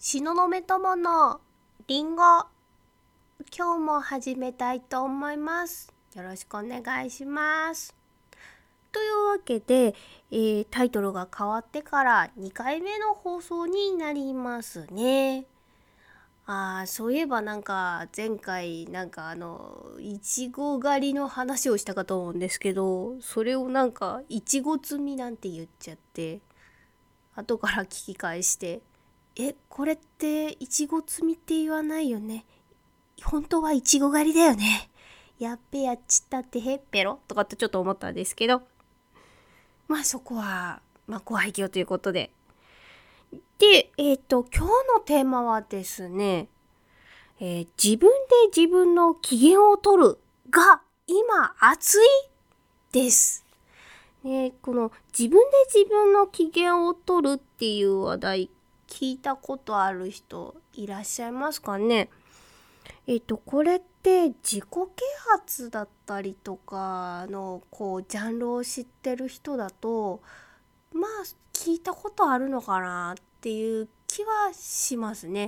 東雲友のりんご、今日も始めたいと思います。よろしくお願いします。というわけで、タイトルが変わってから2回目の放送になりますね。そういえば前回いちご狩りの話をしたかと思うんですけど、それをいちご摘みなんて言っちゃって、後から聞き返してこれっていちご摘みって言わないよね。本当はいちご狩りだよね。やっべやっちったってへっぺろとかってちょっと思ったんですけど。そこは、ご愛嬌ということで。で、今日のテーマはですね、自分で自分の機嫌を取るが今熱いです。この自分で自分の機嫌を取るっていう話題聞いたことある人いらっしゃいますかね。これって自己啓発だったりとかのジャンルを知ってる人だと聞いたことあるのかなっていう気はしますね。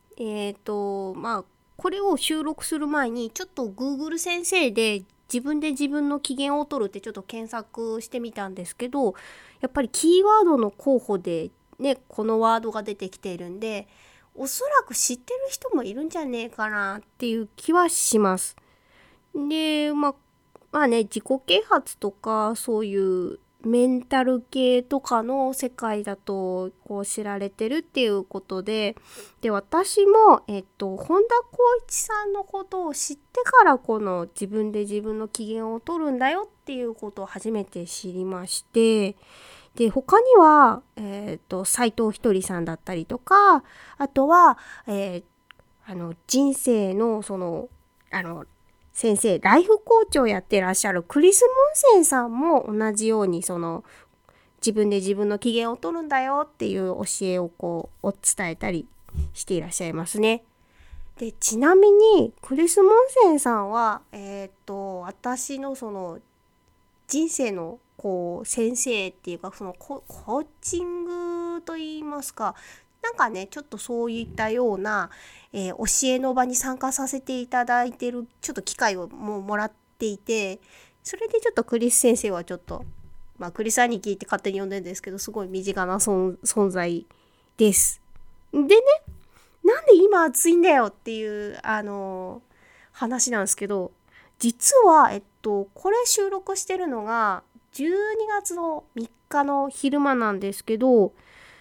これを収録する前にちょっと Google 先生で自分で自分の機嫌を取るってちょっと検索してみたんですけど、やっぱりキーワードの候補でねこのワードが出てきているんで、おそらく知ってる人もいるんじゃねえかなっていう気はします。で、自己啓発とかそういうメンタル系とかの世界だと知られてるっていうことで、私も本田光一さんのことを知ってからこの自分で自分の機嫌を取るんだよっていうことを初めて知りまして、で他には斉藤ひとりさんだったりとか、あとは、人生の先生、ライフコーチをやってらっしゃるクリス・モンセンさんも同じように自分で自分の機嫌を取るんだよっていう教えをお伝えたりしていらっしゃいますね。で、ちなみにクリス・モンセンさんは私の人生の先生っていうかコーチングといいますか、ちょっとそういったような、教えの場に参加させていただいてるちょっと機会をもらっていて、それでちょっとクリス先生はちょっとクリス兄貴って勝手に呼んでるんですけど、すごい身近な存在です。でね、なんで今暑いんだよっていう話なんですけど、実はこれ収録してるのが12月の3日の昼間なんですけど、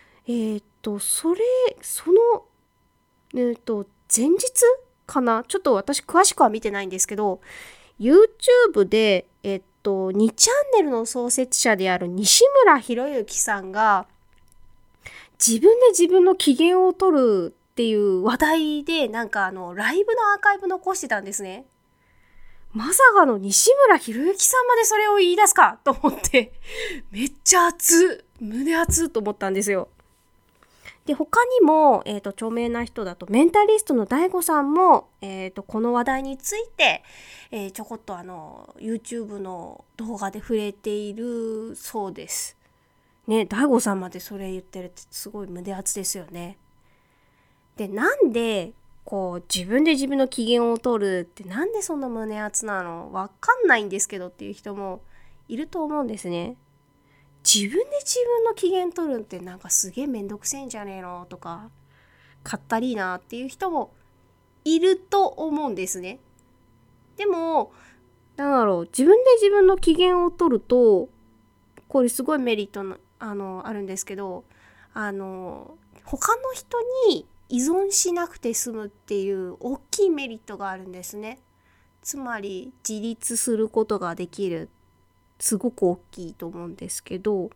その前日かな、ちょっと私詳しくは見てないんですけど、 YouTube で2チャンネルの創設者である西村博之さんが自分で自分の機嫌を取るっていう話題でライブのアーカイブ残してたんですね。まさかの西村博之さんまでそれを言い出すかと思ってめっちゃ胸熱と思ったんですよ。で、他にも、著名な人だとメンタリストの DAIGO さんも、この話題について、ちょこっとYouTube の動画で触れているそうですね。 DAIGO さんまでそれ言ってるってすごい胸熱ですよね。で、なんで自分で自分の機嫌を取るってなんでそんな胸熱なのわかんないんですけどっていう人もいると思うんですね。自分で自分の機嫌取るってすげえめんどくせえんじゃねえのとか、かったりーなっていう人もいると思うんですね。でも自分で自分の機嫌を取るとこれすごいメリットのあるんですけど、他の人に依存しなくて済むっていう大きいメリットがあるんですね。つまり自立することができる、すごく大きいと思うんですけど、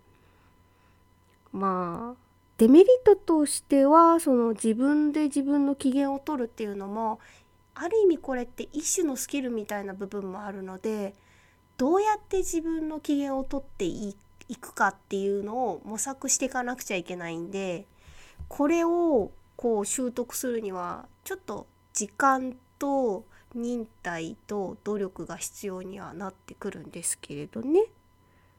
デメリットとしては自分で自分の機嫌を取るっていうのもある意味これって一種のスキルみたいな部分もあるので、どうやって自分の機嫌を取っていくかっていうのを模索していかなくちゃいけないんで、これを習得するにはちょっと時間と忍耐と努力が必要にはなってくるんですけれどね。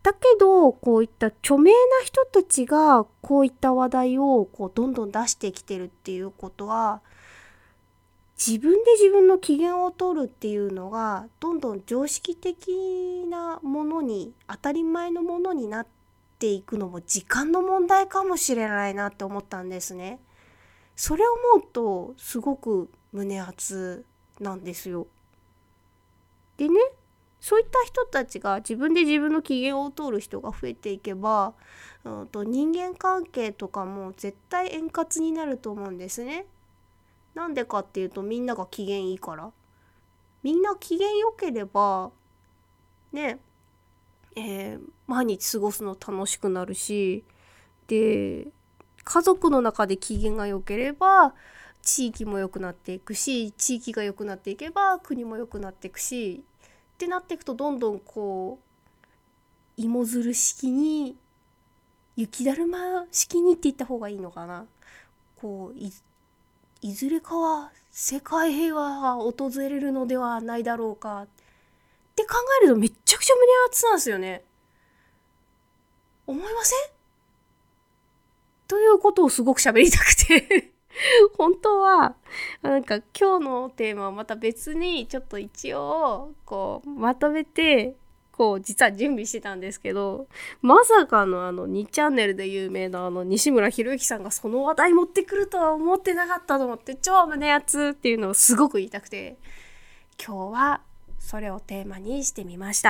だけどこういった著名な人たちがこういった話題をこうどんどん出してきてるっていうことは、自分で自分の機嫌を取るっていうのがどんどん常識的なものに、当たり前のものになっていくのも時間の問題かもしれないなって思ったんですね。それを思うとすごく胸熱なんですよ。でね、そういった人たちが自分で自分の機嫌を取る人が増えていけば、人間関係とかも絶対円滑になると思うんですね。なんでかっていうと、みんなが機嫌いいから。みんな機嫌良ければね、毎日過ごすの楽しくなるし、で家族の中で機嫌が良ければ地域も良くなっていくし、地域が良くなっていけば国も良くなっていくしってなっていくと、どんどんこう芋づる式に、雪だるま式にって言った方がいいのかな、こういずれかは世界平和が訪れるのではないだろうかって考えると、めっちゃくちゃ胸熱なんですよね。思いません？ということをすごく喋りたくて本当はなんか今日のテーマはまた別にちょっと一応こうまとめてこう実は準備してたんですけど、まさかの2チャンネルで有名な西村博之さんがその話題持ってくるとは思ってなかったと思って、超胸熱っていうのをすごく言いたくて、今日はそれをテーマにしてみました。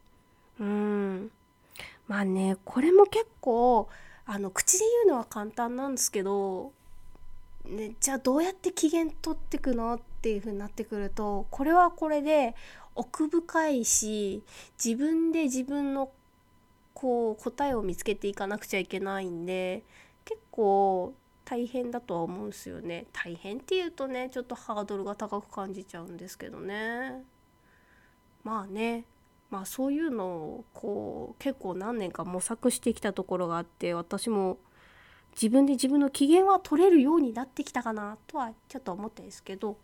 まあね、これも結構口で言うのは簡単なんですけど、ね、じゃあどうやって機嫌取ってくのっていう風になってくると、これはこれで奥深いし、自分で自分のこう答えを見つけていかなくちゃいけないんで、結構大変だとは思うんですよね。大変っていうとね、ちょっとハードルが高く感じちゃうんですけどね。まあね、まあそういうのをこう結構何年か模索してきたところがあって、私も自分で自分の機嫌は取れるようになってきたかなとはちょっと思ってるんですけど、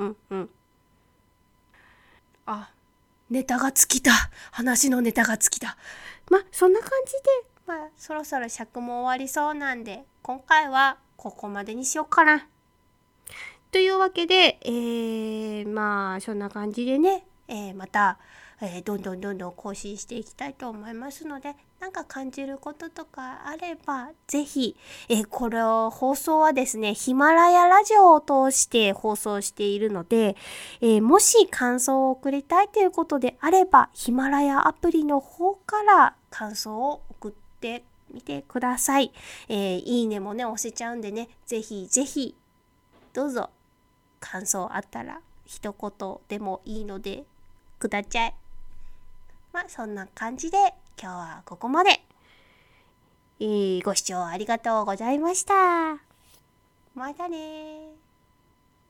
あ、ネタが尽きた。話のネタが尽きた。まあそんな感じで、そろそろ尺も終わりそうなんで、今回はここまでにしようかな。というわけで、まあそんな感じでね、また、どんどん更新していきたいと思いますので、なんか感じることとかあればぜひ、これを放送はですね、ヒマラヤラジオを通して放送しているので、もし感想を送りたいということであれば、ヒマラヤアプリの方から感想を送ってみてください。いいねもね押せちゃうんでね、ぜひぜひどうぞ感想あったら一言でもいいのでくだちゃい。そんな感じで今日はここまで。ご視聴ありがとうございました。またね。